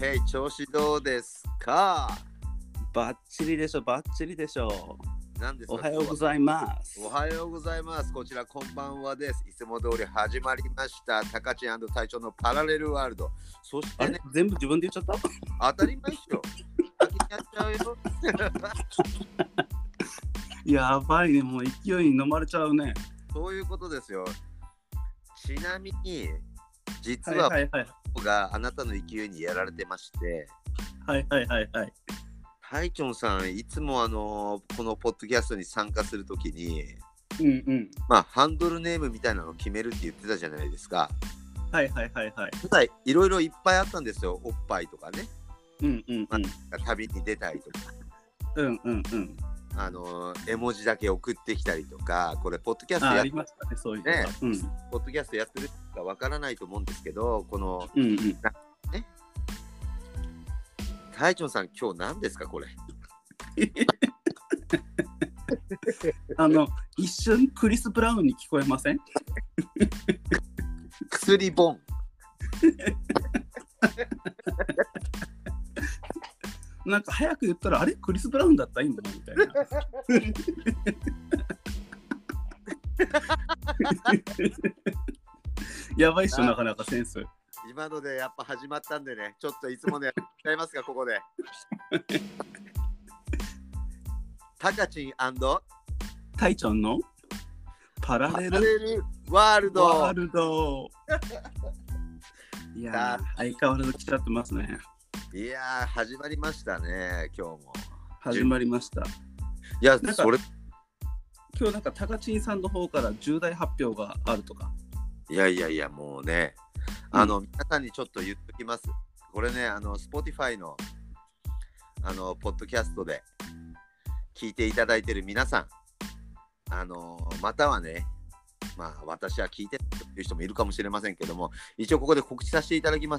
へい、調子どうですか？ バッチリでしょ、バッチリでしょ。 何ですか？ おはようございます。 おはようございます。こちらこんばんはです。いつも通り始まりました。タカチン&隊長のパラレルワールド。そしてね、 全部自分で言っちゃった当たり前っしょ。先にやっちゃうよ。 やばいね、もう勢いに飲まれちゃうね。 そういうことですよ。ちなみに、実ははい僕があなたの勢いにやられてまして、 はいタイチョンさん、いつもこのポッドキャストに参加するときに、ハンドルネームみたいなのを決めるって言ってたじゃないですか。 はい。 ただいろいろいっぱいあったんですよ。おっぱいとかね。旅に出たりとか。絵文字だけ送ってきたりとか、これポッドキャストやってましたね、そういうね、ポッドキャストやってるかわからないと思うんですけど、この、ね、タイチョンさん、今日何ですかこれ？ 一瞬クリス・ブラウンに聞こえません？ 薬ボン。 なんか早く言ったらあれクリス・ブラウンだった今のみたいな。やばいっしょ、なかなかセンス。 今のでやっぱ始まったんでね、ちょっといつもね、やっちゃいますか、ここで。タカチン& タイチョンのパラレルワールド。 いやー、相変わらず来ちゃってますね。 いやー、始まりましたね、今日も。 始まりました。 いや、 それ今日なんかタカチンさんの方から重大発表があるとか。 いや、もうね、皆さんにちょっと言っときます。これね、Spotify のポッドキャストで聞いていただいている皆さん、またはね、私は聞いてるという人もいるかもしれませんけども、一応ここで告知させていただきます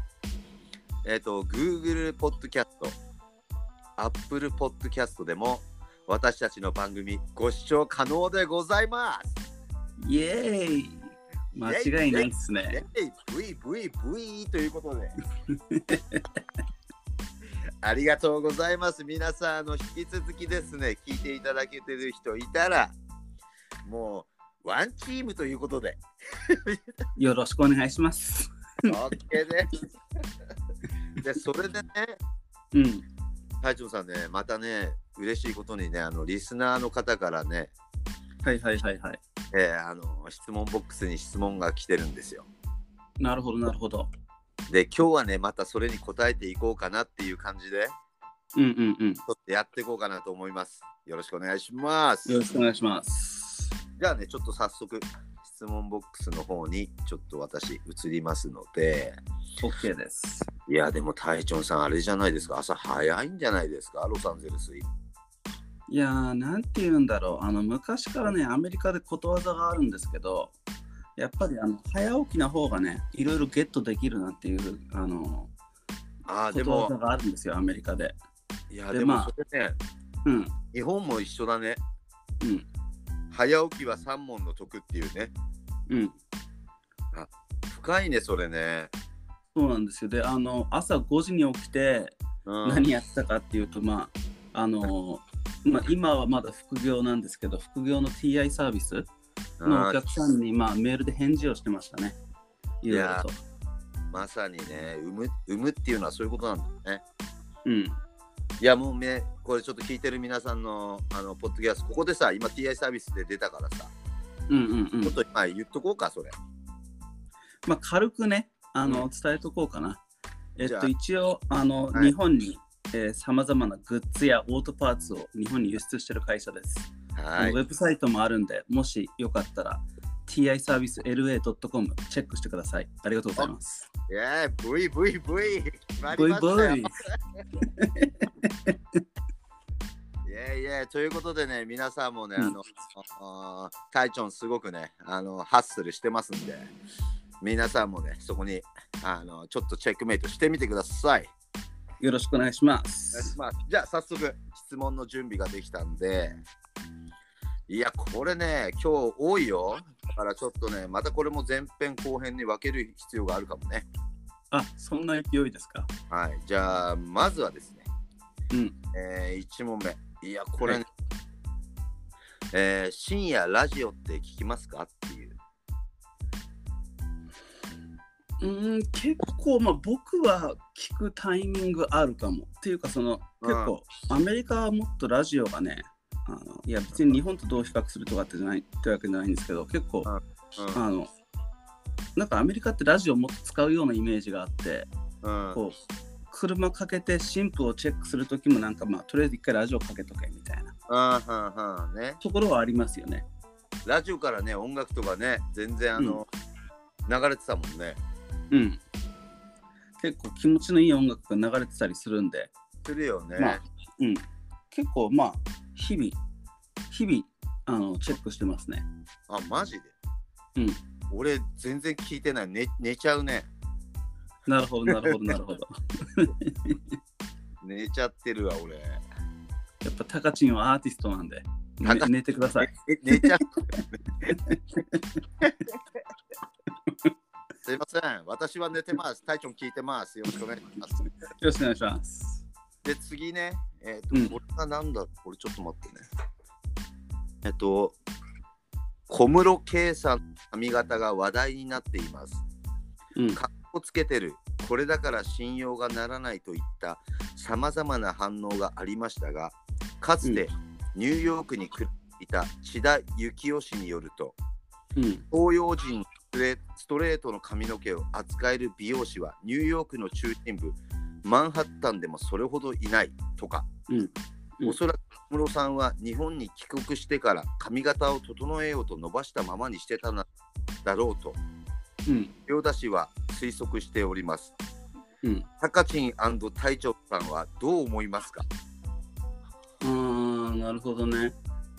。Google ポッドキャスト、Apple ポッドキャストでも私たちの番組ご視聴可能でございます。 イエーイ、間違いないっすね。 VVV ということでありがとうございます。皆さん引き続きですね、聞いていただけてる人いたらもうワンチームということでよろしくお願いします。 OK でそれでね、タイチョンさんね、またね、嬉しいことにね、リスナーの方からね、質問ボックスに質問が来てるんですよ。 なるほど。 で、今日はね、またそれに答えていこうかなっていう感じで、ちょっとやっていこうかなと思います。よろしくお願いします。 よろしくお願いします。 じゃあね、ちょっと早速、質問ボックスの方にちょっと私移りますので。 OK です。 いや、でもタイチョンさん、あれじゃないですか、朝早いんじゃないですか、ロサンゼルス。 いやー、なんて言うんだろう、昔からね、アメリカでことわざがあるんですけど、やっぱり早起きな方がね、いろいろゲットできるなっていうことわざがあるんですよ、アメリカで。 いや、でもそれね、日本も一緒だね。早起きは三問の得っていうね。深いね、それね。 そうなんですよ。で、朝5時に起きて何やったかっていうと、今はまだ副業なんですけど、副業の TI サービスのお客さんにメールで返事をしてましたね。いろいろと。 まさにね、産むっていうのはそういうことなんだね。いや、もうね、これちょっと聞いてる皆さんのポッドキャスト、ここでさ、今 TI サービスで出たからさ、ちょっと言っとこうか、それ。 軽くね、伝えとこうかな。一応日本にさまざまなグッズやオートパーツを日本に輸出している会社です。ウェブサイトもあるんで、もしよかったら TI サービス LA.com チェックしてください。ありがとうございます。 VVV ということでね、皆さんもね、タイチョンすごくね、ハッスルしてますんで、皆さんもね、そこにちょっとチェックメイトしてみてください。 よろしくお願いします。 じゃあ早速質問の準備ができたんで、いや、これね、今日多いよ。だからちょっとね、またこれも前編後編に分ける必要があるかもね。 あ、そんな勢いですか。 はい。じゃあ、まずはですね、 うん。 1問目。いや、これね、深夜ラジオって聞きますかっていう。 結構、まあ、僕は聞くタイミングあるかも。っていうか、結構、アメリカはもっとラジオがね、いや、別に日本とどう比較するとかってわけじゃないんですけど、結構、なんかアメリカってラジオもっと使うようなイメージがあって、こう、車かけて新婦をチェックするときもなんか、まあ、とりあえず一回ラジオかけとけみたいなね、 ところはありますよね。 ラジオからね、音楽とかね、全然流れてたもんね。 うん。結構気持ちのいい音楽が流れてたりするんで。 するよね。 まあ、結構まあ、日々チェックしてますね。 あ、マジで？俺、全然聞いてない。寝ちゃうね。 なるほど。 寝ちゃってるわ、俺。 やっぱタカチンはアーティストなんで、寝てください。 寝ちゃう。すいません。私は寝てます。タイチョン聞いてます。よろしくお願いします。 よろしくお願いします。 で、次ね。これがなんだ？これちょっと待ってね。小室圭さんの髪型が話題になっています。かっこつけてる。これだから信用がならないといったさまざまな反応がありましたが、かつてニューヨークに暮らしていた千田幸夫氏によると、東洋人ストレートの髪の毛を扱える美容師はニューヨークの中心部マンハッタンでもそれほどいないとか、おそらく小室さんは日本に帰国してから髪型を整えようと伸ばしたままにしてたのだろうと、ヨダ氏は推測しております。タカチン&タイチョウさんはどう思いますか？ なるほどね。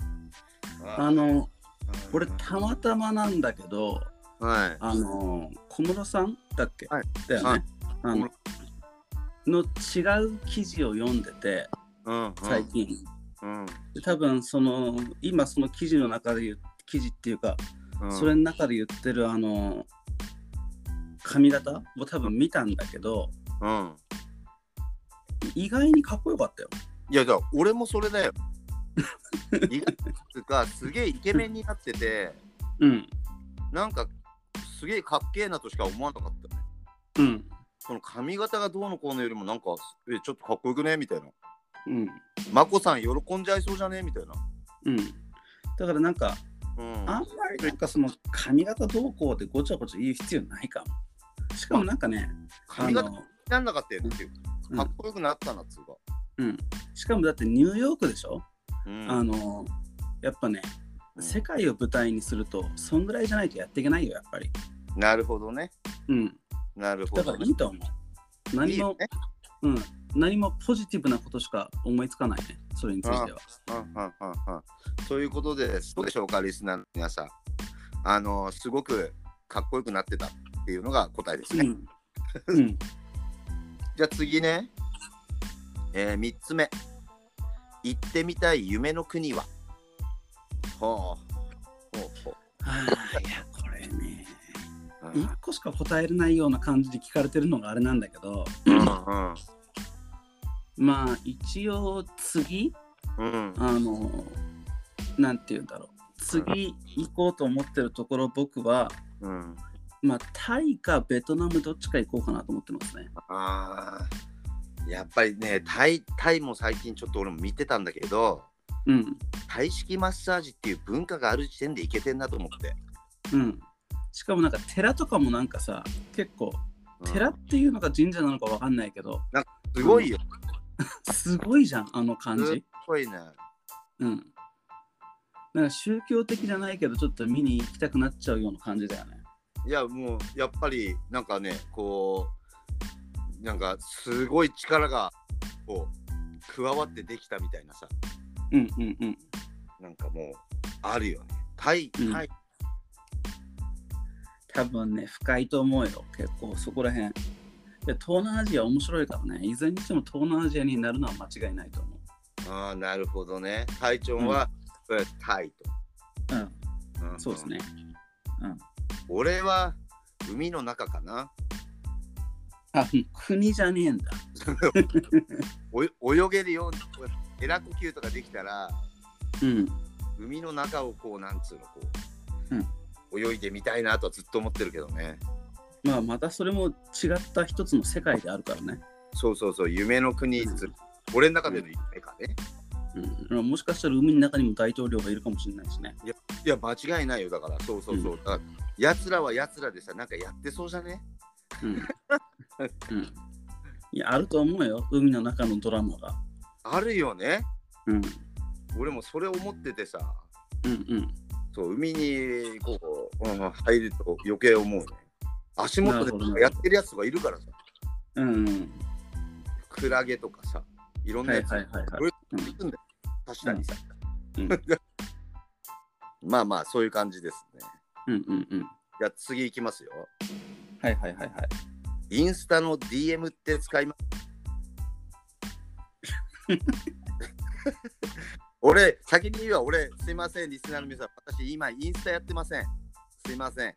これたまたまなんだけど、小室さんだっけ、だよね。の違う記事を読んでて、最近。多分今その記事の中で記事っていうか、それの中で言ってる髪型を多分見たんだけど、意外にかっこよかったよ。 いや、俺もそれだよ。意外とかすげえイケメンになってて、なんかすげえかっけえなとしか思わなかったね。その髪型がどうのこうのよりもなんかちょっとかっこよくねみたいな。マコさん喜んじゃいそうじゃねみたいな。 だからなんか、あんまりなんかその髪型どうこうでごちゃごちゃ言う必要ないかも。しかもなんかね、 髪型なんなかったよっていう、かっこよくなったなっつうか。 しかもだってニューヨークでしょ。やっぱね、世界を舞台にするとそんぐらいじゃないとやっていけないよ、やっぱり。 なるほどね。なるほど。 だからいいと思う。何もポジティブなことしか思いつかないね、それについては。 そういうことで、どうでしょうか、リスナーの皆さん。すごくかっこよくなってたっていうのが答えですね。じゃあ次ね、3つ目。行ってみたい夢の国は？ いや、これね、1個しか答えれないような感じで聞かれてるのがあれなんだけど、まあ一応次、なんて言うんだろう、次行こうと思ってるところ、僕は、まあタイかベトナムどっちか行こうかなと思ってますね。 やっぱりね、タイも最近ちょっと俺も見てたんだけど、タイ式マッサージっていう文化がある時点でいけてんなと思って。 しかもなんか寺とかもなんかさ、結構寺っていうのか神社なのかわかんないけど、 なんかすごいよ。 すごいじゃん、あの感じ。すごいね。 なんか宗教的じゃないけど、ちょっと見に行きたくなっちゃうような感じだよね。 いや、もうやっぱりなんかね、こうなんかすごい力がこう加わってできたみたいなさ。なんかもうあるよね。タイ。 多分ね、深いと思うよ、結構そこら辺。で、東南アジア面白いからね、いずれにしても東南アジアになるのは間違いないと思う。 なるほどね。タイチョンは、タイと。 そうですね。 俺は海の中かな。 あ、国じゃねえんだ。 泳げるようにエラ呼吸とかできたら、 うん、 海の中をこうなんつうのこうう、泳いでみたいなとはずっと思ってるけどね。 まあまたそれも違った一つの世界であるからね。 そうそうそう、夢の国、俺の中での夢かね。 もしかしたら海の中にも大統領がいるかもしれないしね。 いや間違いないよ。だからそうそうそう、だからやつらはやつらでさ、なんかやってそうじゃね。 いや、あると思うよ、海の中のドラマが。 あるよね。俺もそれ思っててさ、そう海にこう、入ると余計思うね。足元でやってるやつとかいるからさ、クラゲとかさ、いろんなやつ、確かにさ、まあまあそういう感じですね。じゃあ次いきますよ。インスタの DM って使います？俺先に言うわ。俺すいません、リスナーの皆さん、私今インスタやってません。すいません。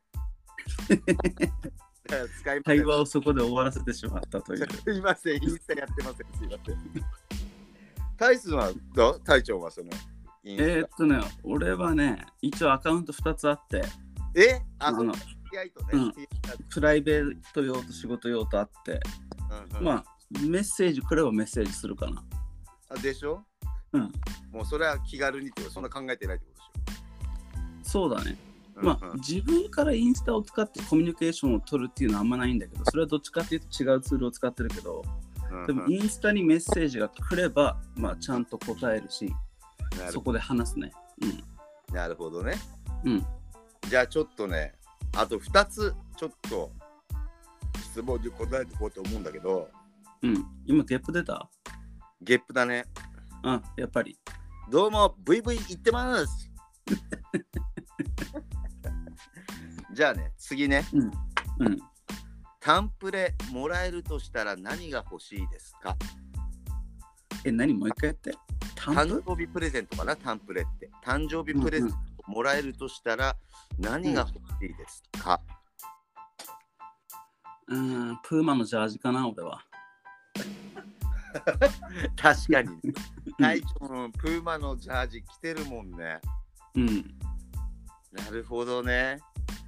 会話をそこで終わらせてしまったという。 すいません、インスタやってません。すいません。タイスンはどう？タイチョンはそのインスタ。 俺はね、一応アカウント2つあって。プライベート用と仕事用とあって、まあメッセージ来ればメッセージするかな。 でしょ？もうそれは気軽にってそんな考えてないってことでしょ？そうだね。まあ自分からインスタを使ってコミュニケーションを取るっていうのはあんまないんだけど、それはどっちかっていうと違うツールを使ってるけど、でもインスタにメッセージが来れば、まあちゃんと答えるし、そこで話すね。 なるほどね。じゃあちょっとね、あと2つちょっと質問で答えていこうと思うんだけど。 今ゲップ出た？ ゲップだね。 やっぱり。 どうも VV 言ってます。じゃあね、次ね。タンプレもらえるとしたら何が欲しいですか？ 何もう一回やって。 誕生日プレゼントかな、タンプレって。誕生日プレゼントもらえるとしたら何が欲しいですか？ プーマのジャージかな、俺は。 確かに。タイチョン、プーマのジャージ着てるもんね。なるほどね。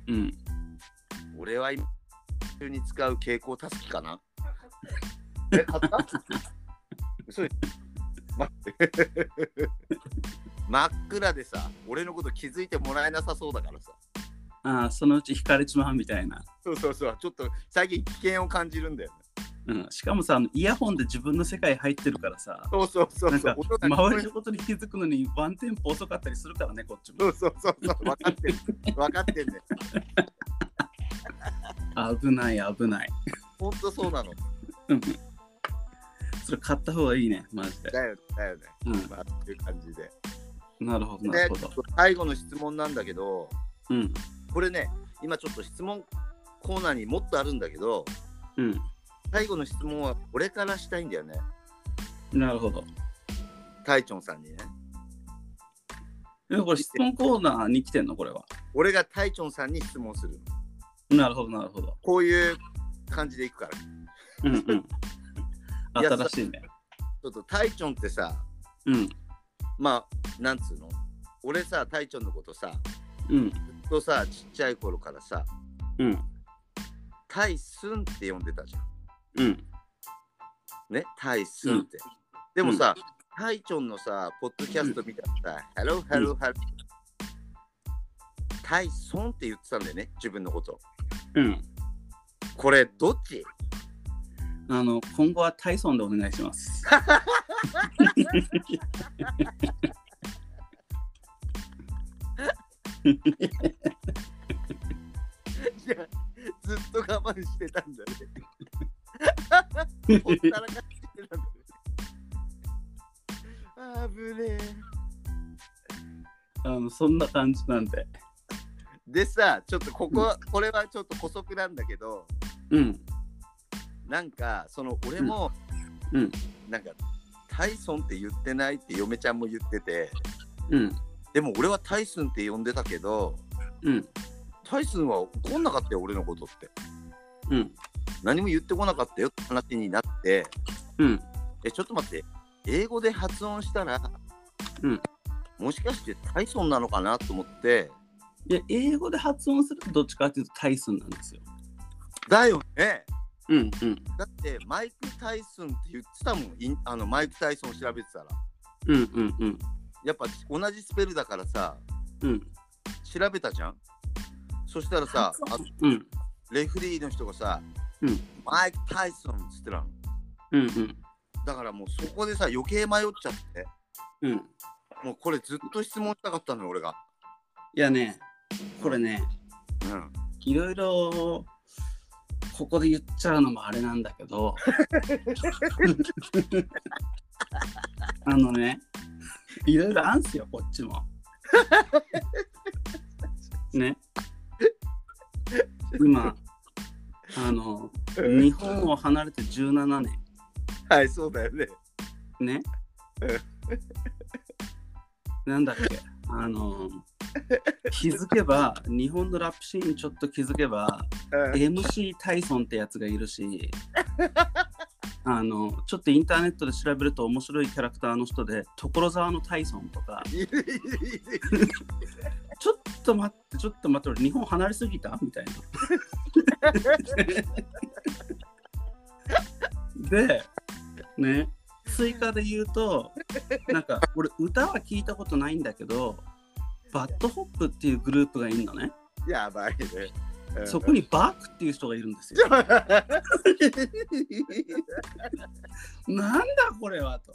俺は今に使う蛍光たすきかな。買った？嘘で。待って。真っ暗でさ、俺のこと気づいてもらえなさそうだからさ。 そのうち惹かれちまうみたいな。 そう、ちょっと最近危険を感じるんだよね。しかもさ、イヤホンで自分の世界入ってるからさ。 そう。 なんか周りのことに気づくのにワンテンポ遅かったりするからね、こっちも。 そう。分かってんね。 危ない。 ほんとそうなの。 それ買った方がいいね、マジで。 だよね。まあ、っていう感じで。 なるほど。 最後の質問なんだけど、これね、今ちょっと質問コーナーにもっとあるんだけど、最後の質問は俺からしたいんだよね。 なるほど。 タイチョンさんにね。 これ質問コーナーに来てんのこれは。 俺がタイチョンさんに質問するの。なるほど。 こういう感じでいくから。 新しいね。 ちょっとタイチョンってさ、まあなんつうの、俺さ、タイチョンのことさ、ずっとさ、ちっちゃい頃からさ、タイスンって呼んでたじゃん。ね、タイスンって。でもさ、タイチョンのさ、ポッドキャスト見たらさ、ハロー。タイソンって言ってたんだよね、自分のこと。これどっち？ 今後はタイソンでお願いします。 ずっと我慢してたんだね。ほったらかしてたんだね。危ねえ。そんな感じなんで。 でさ、ちょっとこれはちょっと補足なんだけど、なんかその俺も、なんかタイソンって言ってないって嫁ちゃんも言ってて、でも俺はタイスンって呼んでたけど、タイスンは怒んなかったよ、俺のことって。 何も言ってこなかったよって話になって、 うん。 ちょっと待って、英語で発音したら、 うん。 もしかしてタイソンなのかなと思って。 いや、英語で発音するとどっちかっていうとタイソンなんですよ。 だよね。 うんうん。 だってマイク・タイソンって言ってたもん。マイク・タイソン調べてたら。 うんうんうん。 やっぱ同じスペルだからさ、 うん。 調べたじゃん。そしたらさ、 うん。 レフリーの人がさ、 うん。 マイク・タイソンっつってたの。 うんうん。 だからもうそこでさ、余計迷っちゃって。 うん。 もうこれずっと質問したかったのよ、俺が。 いやね、これね、 うん。 いろいろここで言っちゃうのもあれなんだけどね、いろいろあんすよ、こっちも。ね。今、日本を離れて17年。 はい、そうだよね。 ね。なんだっけ、気づけば、日本のラップシーンちょっと気づけば、MC タイソンってやつがいるし、ちょっとインターネットで調べると面白いキャラクターの人で、所沢のタイソンとか、ちょっと待って、俺日本離れすぎたみたいな。で、ね、追加で言うと、なんか俺歌は聞いたことないんだけど、バッドホップっていうグループがいるのね。 やばいね。 そこにバークっていう人がいるんですよ。なんだこれはと。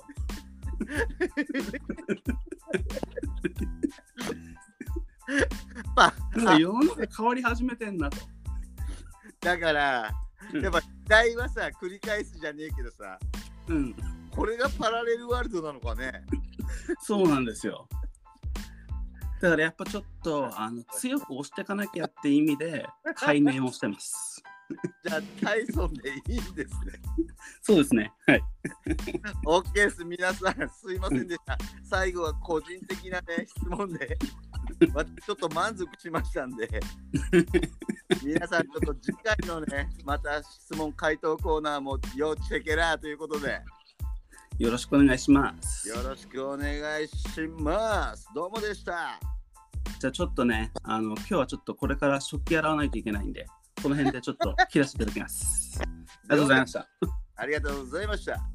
なんか世の中変わり始めてんなと。 だからやっぱ時代はさ繰り返すじゃねえけどさ、 うん、 これがパラレルワールドなのかね。 そうなんですよ。だからやっぱちょっと強く押していかなきゃって意味で解明をしてます。 じゃあタイソンでいいんですね。 そうですね。はい。 OK です。皆さんすいませんでした。最後は個人的なね質問で、ちょっと満足しましたんで、皆さんちょっと次回のねまた質問回答コーナーも要チェケラーということで。 よろしくお願いします。 よろしくお願いします。どうもでした。 じゃあちょっとね、今日はちょっとこれから食器洗わないといけないんで、この辺でちょっと切らせていただきます。ありがとうございました。 ありがとうございました。